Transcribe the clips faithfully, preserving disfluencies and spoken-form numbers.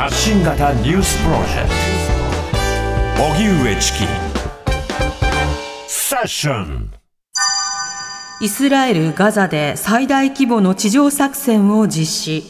発信型ニュースプロジェクト荻上チキセッション。 イスラエル・ガザで最大規模の地上作戦を実施。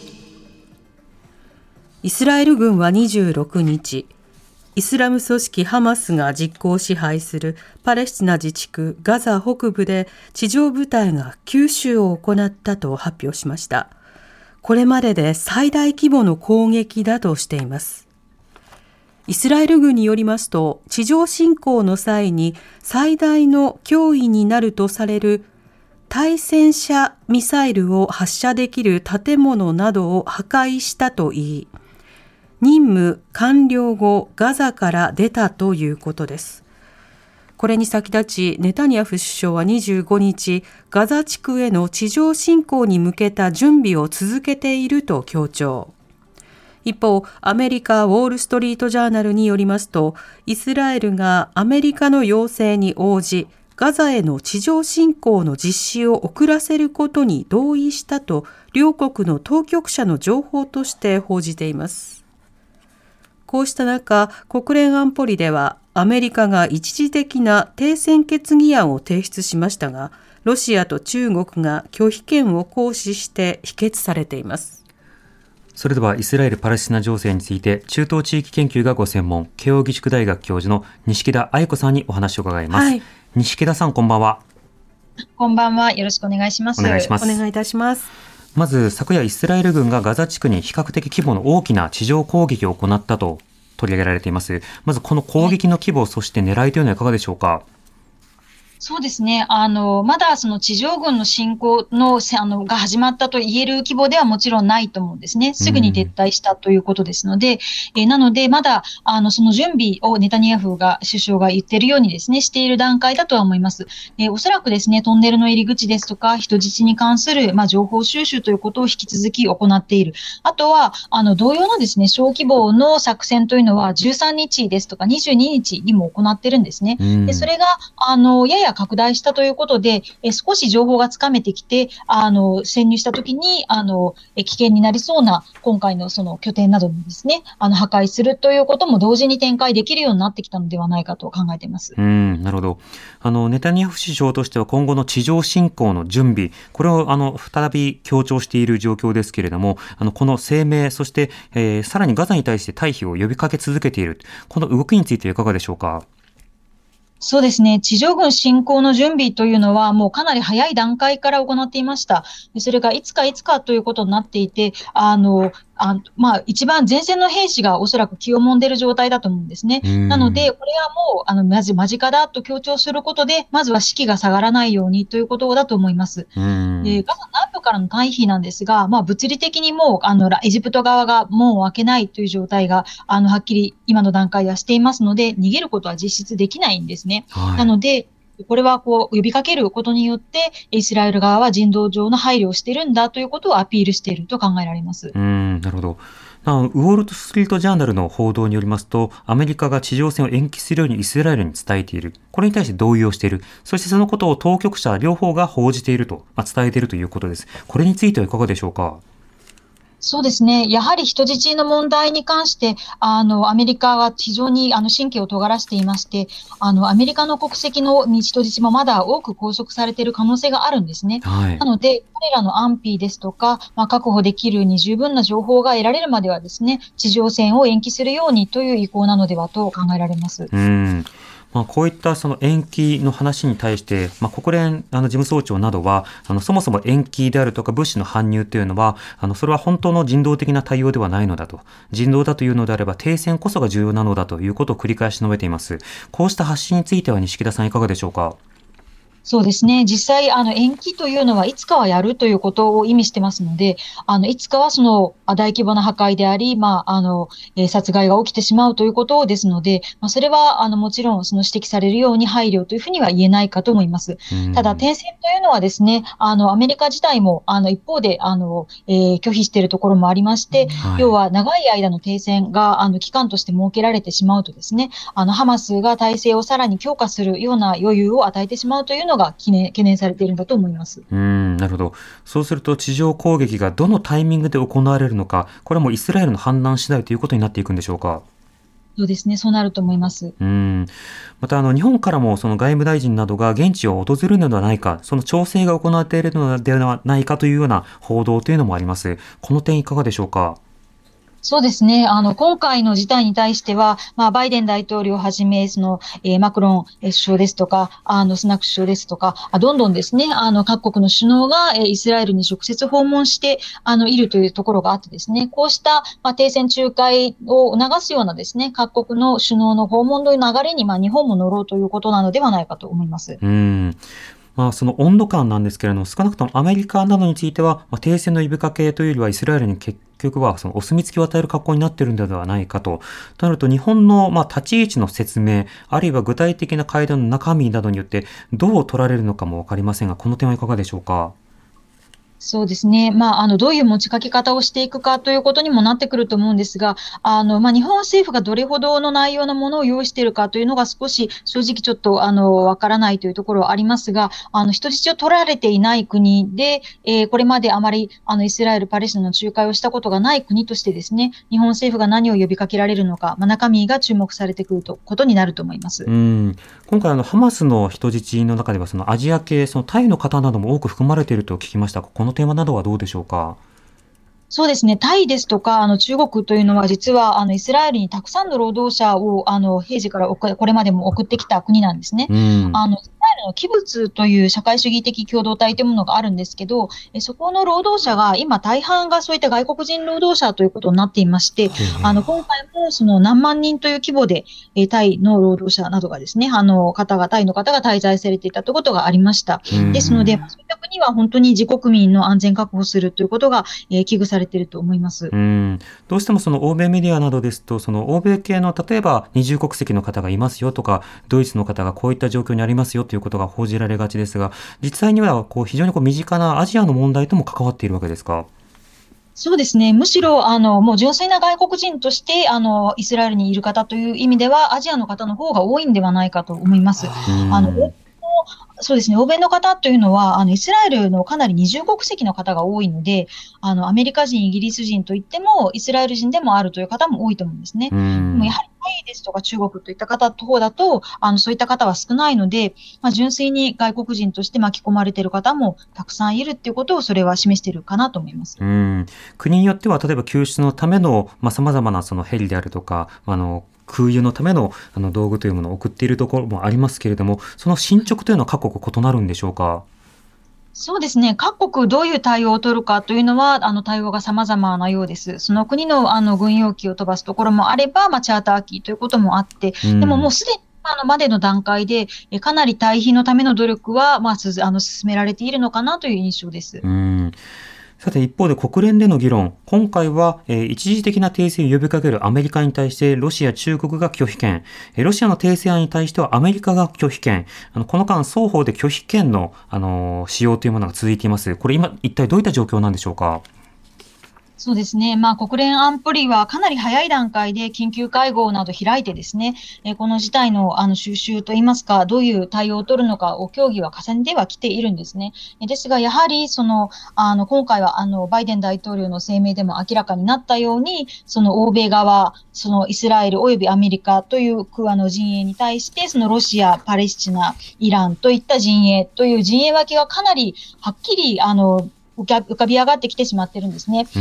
イスラエル軍はにじゅうろくにち、イスラム組織ハマスが実効支配するパレスチナ自治区ガザ北部で地上部隊が急襲を行ったと発表しました。これまでで最大規模の攻撃だとしています。イスラエル軍によりますと、地上侵攻の際に最大の脅威になるとされる対戦車ミサイルを発射できる建物などを破壊したといい、任務完了後ガザから出たということです。これに先立ちネタニヤフ首相はにじゅうごにち、ガザ地区への地上侵攻に向けた準備を続けていると強調。一方、アメリカウォールストリートジャーナルによりますと、イスラエルがアメリカの要請に応じ、ガザへの地上侵攻の実施を遅らせることに同意したと、両国の当局者の情報として報じています。こうした中、国連安保理では、アメリカが一時的な停戦決議案を提出しましたが、ロシアと中国が拒否権を行使して否決されています。 それではイスラエル・パレスチナ情勢について中東地域研究がご専門、慶應義塾大学教授の錦田愛子さんにお話を伺います。はい、錦田さん、こんばんは。 こんばんは。よろしくお願いします。 お願いします。お願いいたします。 まず昨夜イスラエル軍がガザ地区に比較的規模の大きな地上攻撃を行ったと取り上げられています。まずこの攻撃の規模、そして狙いというのはいかがでしょうか。 そうですね。あの、まだその地上軍の侵攻の、あの、が始まったと言える規模ではもちろんないと思うんですね。すぐに撤退したということですので、うん、えなので、まだ、あの、その準備をネタニヤフが、首相が言っているようにですね、している段階だとは思います。えおそらくですね、トンネルの入り口ですとか、人質に関する、まあ、情報収集ということを引き続き行っている。あとは、あの、同様のですね、小規模の作戦というのは、じゅうさんにちですとか、にじゅうににちにも行っているんですね。うん、でそれが、あの、やや拡大したということで、え少し情報がつかめてきて、あの、潜入したときに、あの、え危険になりそうな、今回のその拠点などにですね、あの、破壊するということも同時に展開できるようになってきたのではないかと考えています。 うん、なるほど。あの、ネタニヤフ首相としては今後の地上侵攻の準備、これを、あの、再び強調している状況ですけれども、あの、この声明、そして、えー、さらにガザに対して退避を呼びかけ続けている、この動きについていかがでしょうか。 そうですね。地上軍侵攻の準備というのはもうかなり早い段階から行っていました。それがいつかいつかということになっていて、あの、あまあ、一番前線の兵士がおそらく気をもんでいる状態だと思うんですね。なので、これはもう、あの、まず間近だと強調することで、まずは士気が下がらないようにということだと思います。で、ガザ南部からの退避なんですが、まあ、物理的にもう、あの、エジプト側が門を開けないという状態が、あの、はっきり今の段階ではしていますので、逃げることは実質できないんですね。はい、なので、これはこう呼びかけることによって、イスラエル側は人道上の配慮をしているんだということをアピールしていると考えられます。 うん、なるほど。ウォールストリートジャーナルの報道によりますと、アメリカが地上戦を延期するようにイスラエルに伝えている。これに対して同意をしている。そしてそのことを当局者両方が報じていると、まあ、伝えているということです。これについてはいかがでしょうか。 そうですね。やはり人質の問題に関して、あの、アメリカは非常に、あの、神経を尖らしていまして、あの、アメリカの国籍の人質もまだ多く拘束されている可能性があるんですね。はい、なので、彼らの安否ですとか、まあ、確保できるに十分な情報が得られるまではですね、地上戦を延期するようにという意向なのではと考えられます。 うんまあ、こういったその延期の話に対して、まあ、国連あの事務総長などはあのそもそも延期であるとか物資の搬入というのはあのそれは本当の人道的な対応ではないのだと、人道だというのであれば停戦こそが重要なのだということを繰り返し述べています。こうした発信については錦田さんいかがでしょうか。 そうですね。実際、あの、延期というのはいつかはやるということを意味してますので、あの、いつかはその、大規模な破壊であり、まあ、あの、えー、殺害が起きてしまうということですので、まあ、それは、あの、もちろん、その指摘されるように配慮というふうには言えないかと思います。ただ、停戦というのはですね、あの、アメリカ自体も、あの、一方で、あの、えー、拒否しているところもありまして、はい、要は、長い間の停戦が、あの、期間として設けられてしまうとですね、あの、ハマスが体制をさらに強化するような余裕を与えてしまうというのが、 が懸念、懸念されているんだと思います。 うん、なるほど。そうすると地上攻撃がどのタイミングで行われるのか、これはもうイスラエルの判断次第ということになっていくんでしょうか。 そうですね。そうなると思います。 うん。また、あの、日本からもその外務大臣などが現地を訪れるのではないか、その調整が行われているのではないかというような報道というのもあります。この点いかがでしょうか。 そうですね。あの、今回の事態に対しては、まあ、バイデン大統領をはじめ、その、えーマクロン首相ですとか、あの、スナク首相ですとか、あどんどんですね、あの、各国の首脳が、えーイスラエルに直接訪問して、あの、いるというところがあってですね、こうした、まあ、停戦仲介を促すようなですね、各国の首脳の訪問という流れに、まあ、日本も乗ろうということなのではないかと思います。 うん。まあ、その温度感なんですけれども、少なくともアメリカなどについては、まあ、停戦の呼びかけというよりはイスラエルに結局はそのお墨付きを与える格好になっているのではないかと。となると日本のまあ立ち位置の説明、あるいは具体的な会談の中身などによってどう取られるのかもわかりませんが、この点はいかがでしょうか。 そうですね。まあ、あの、どういう持ちかけ方をしていくかということにもなってくると思うんですが、あの、まあ、日本政府がどれほどの内容のものを用意しているかというのが少し正直ちょっと、あの、わからないというところはありますが、あの、人質を取られていない国で、えーこれまであまり、あの、イスラエル、パレスチナの仲介をしたことがない国としてですね、日本政府が何を呼びかけられるのか、まあ、中身が注目されてくるとことになると思います。 うん。今回あのハマスの人質の中ではそのアジア系、そのタイの方なども多く含まれていると聞きました。このテーマなどはどうでしょうか。 そうですね。タイですとか、あの、中国というのは、実は、あの、イスラエルにたくさんの労働者を、あの、平時からこれまでも送ってきた国なんですね。 うん。 あの、イスラエルのキブツという社会主義的共同体というものがあるんですけど、えそこの労働者が、今、大半がそういった外国人労働者ということになっていまして、あの、今回も、その何万人という規模で、えタイの労働者などがですね、あの、方が、タイの方が滞在されていたということがありました。 うん。 ですので、そういった国は本当に自国民の安全確保するということが、えー危惧されていると思います。 うん、どうしてもその欧米メディアなどですと、その欧米系の例えば二重国籍の方がいますよとか、ドイツの方がこういった状況にありますよということが報じられがちですが、実際にはこう非常にこう身近なアジアの問題とも関わっているわけですか。 そうですね。むしろ、あの、もう純粋な外国人として、あの、イスラエルにいる方という意味では、アジアの方の方が多いんではないかと思います。 うあの、 ん。 そうですね。欧米の方というのは、あの、イスラエルのかなり二重国籍の方が多いので、あの、アメリカ人、イギリス人といっても、イスラエル人でもあるという方も多いと思うんですね。 うでも、やん。 はりタイですとか中国といった方の方だと、あの、そういった方は少ないので、まあ、純粋に外国人として巻き込まれている方もたくさんいるっていうことを、それは示しているかなと思います。 うん、国によっては例えば救出のためのまあ様々なそのヘリであるとか、あの空輸のためのあの道具というものを送っているところもありますけれども、その進捗というのは各国異なるんでしょうか。 そうですね。各国どういう対応を取るかというのは、あの対応が様々なようです。その国のあの軍用機を飛ばすところもあれば、まあ、チャーター機ということもあって、 うん。 でももうすでにあのまでの段階で、えかなり退避のための努力は、まあ、すあの進められているのかなという印象です。 うん。さて一方で国連での議論、今回は、えー一時的な停戦を呼びかけるアメリカに対してロシア、中国が拒否権、えーロシアの停戦案に対してはアメリカが拒否権、あのこの間双方で拒否権の、あのー使用というものが続いています。これ今一体どういった状況なんでしょうか。 そうですね。まあ、国連安保理はかなり早い段階で緊急会合など開いてですね、えーこの事態のあの収拾といいますか、どういう対応を取るのかを協議は重ねてはきているんですね。えーですが、やはり、その、あの、今回は、あの、バイデン大統領の声明でも明らかになったように、その欧米側、そのイスラエル及びアメリカというあの陣営に対して、そのロシア、パレスチナ、イランといった陣営という陣営分けがかなりはっきり、あの、浮か浮かび上がってきてしまってるんですね。 うん。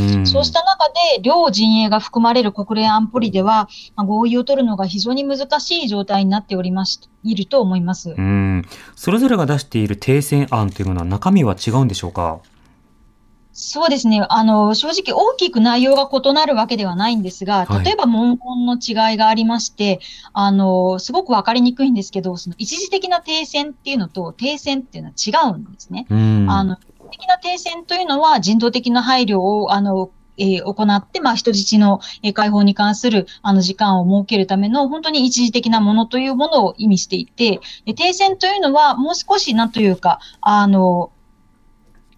そうした中で、両陣営が含まれる国連安保理では、まあ、合意を取るのが非常に難しい状態になっておりまし、いると思います。 うん。それぞれが出している停戦案というものは中身は違うんでしょうか。 そうですね。あの、正直大きく内容が異なるわけではないんですが、 はい。 例えば文言の違いがありまして、あの、すごくわかりにくいんですけど、その一時的な停戦っていうのと停戦っていうのは違うんですね。 うん。 あの、一時的な停戦というのは人道的な配慮を、あの、えー行って、まあ、人質のえー解放に関する、あの、時間を設けるための、本当に一時的なものというものを意味していて、え停戦というのは、もう少し、なんというか、あの、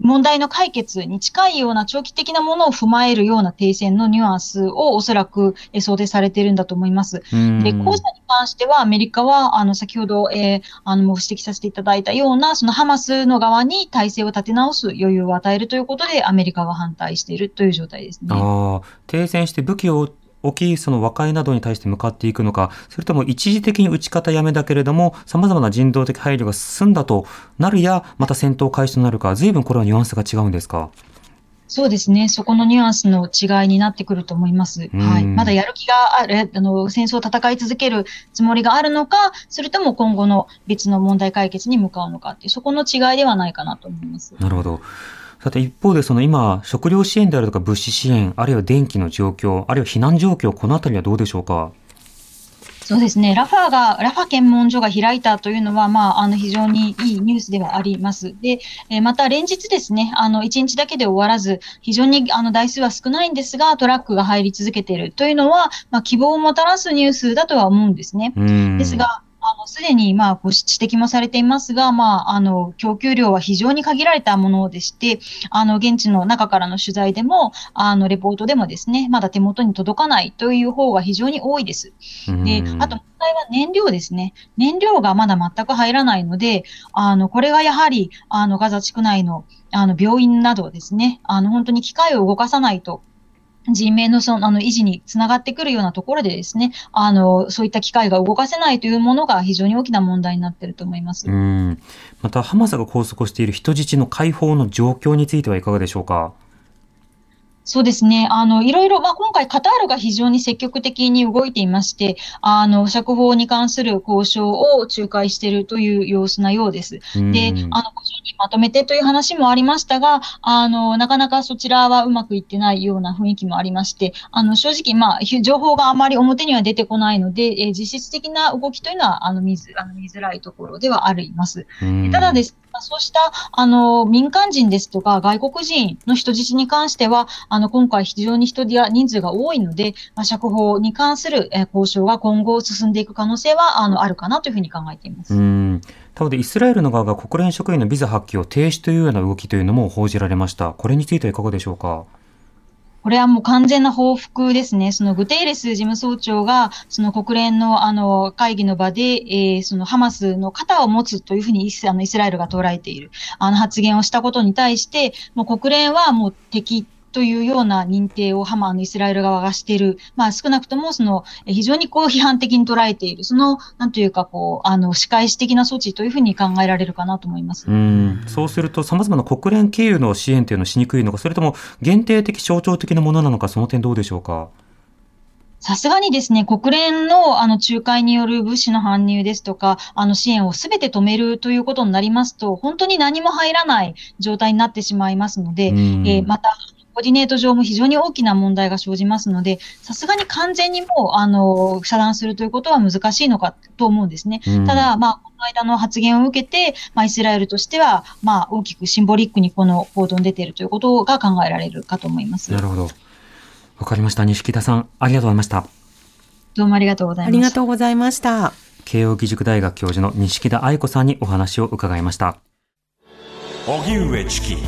問題の解決に近いような長期的なものを踏まえるような停戦のニュアンスをおそらく想定されているんだと思います。で、後者に関してはアメリカは、あの、先ほど、えー、あの、もう指摘させていただいたような、そのハマスの側に体制を立て直す余裕を与えるということで、アメリカが反対しているという状態ですね。 あ、停戦して武器を置き、その和解などに対して向かっていくのか、それとも一時的に撃ち方やめだけれども、様々な人道的配慮が進んだとなるや、また戦闘開始となるか、随分これはニュアンスが違うんですか？ そうですね。そこのニュアンスの違いになってくると思います。はい。まだやる気がある、あの、戦争を戦い続けるつもりがあるのか、それとも今後の別の問題解決に向かうのかっていう、そこの違いではないかなと思います。 なるほど。さて一方でその今、食料支援であるとか物資支援、あるいは電気の状況、あるいは避難状況、このあたりはどうでしょうか？ そうですね。ラファが、ラファ検問所が開いたというのは、まあ、あの、非常にいいニュースではあります。で、えー、また連日ですね、あの、一日だけで終わらず、非常に、あの、台数は少ないんですが、トラックが入り続けているというのは、まあ、希望をもたらすニュースだとは思うんですね。ですが、あの、すでに、まあ、ご指摘もされていますが、まあ、あの、供給量は非常に限られたものでして、あの、現地の中からの取材でも、あの、レポートでもですね、まだ手元に届かないという方が非常に多いです。で、あと問題は燃料ですね。燃料がまだ全く入らないので、あの、これがやはり、あの、ガザ地区内の、あの、病院などですね、あの、本当に機械を動かさないと、人命のその、あの、維持につながってくるようなところでですね、あの、そういった機械が動かせないというものが非常に大きな問題になっていると思います。 うん。また、ハマスが拘束している人質の解放の状況についてはいかがでしょうか？ そうですね。あの、いろいろ、まあ、今回カタールが非常に積極的に動いていまして、あの、釈放に関する交渉を仲介しているという様子なようです。で、あの、ごじゅうにんまとめてという話もありましたが、あの、なかなかそちらはうまくいってないような雰囲気もありまして、あの、正直、まあ、情報があまり表には出てこないので、えー、実質的な動きというのは、あの、見づ、あの、見づらいところではあります。ただですね、そうした、あの、民間人ですとか外国人の人質に関しては、あの、今回非常に人や人数が多いので、まあ、釈放に関する、えー、交渉が今後進んでいく可能性は、あの、あるかなというふうに考えています。 うん。他方でイスラエルの側が国連職員のビザ発給を停止というような動きというのも報じられました。これについてはいかがでしょうか？ これはもう完全な報復ですね。そのグテーレス事務総長が、その国連のあの会議の場で、えー、そのハマスの肩を持つというふうにイス、あのイスラエルが捉えている、あの発言をしたことに対して、もう国連はもう敵というような認定をハマのイスラエル側がしている。まあ少なくともその非常にこう批判的に捉えている。その、なんというかこう、あの仕返し的な措置というふうに考えられるかなと思います。 うん。そうすると様々な国連経由の支援というのはしにくいのか、それとも限定的象徴的なものなのか、その点どうでしょうか？ さすがにですね、国連のあの仲介による物資の搬入ですとか、あの支援をすべて止めるということになりますと、本当に何も入らない状態になってしまいますので、えー、また、コーディネート上も非常に大きな問題が生じますので、さすがに完全にもう、あの、遮断するということは難しいのかと思うんですね。ただ、まあ、この間の発言を受けて、まあ、イスラエルとしては、まあ、大きくシンボリックにこの行動に出ているということが考えられるかと思います。 なるほど。わかりました。錦田さん、ありがとうございました。 どうもありがとうございました。 ありがとうございました。 慶應義塾大学教授の錦田愛子さんにお話を伺いました。 荻上チキ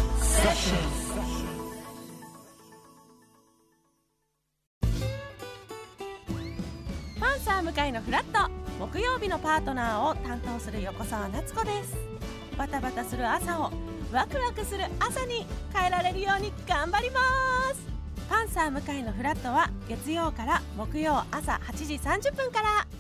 パンサー向井のフラット、木曜日のパートナーを担当する横澤夏子です。バタバタする朝をワクワクする朝に変えられるように頑張ります。パンサー向井のフラットは月曜から木曜朝はちじさんじゅっぷんから。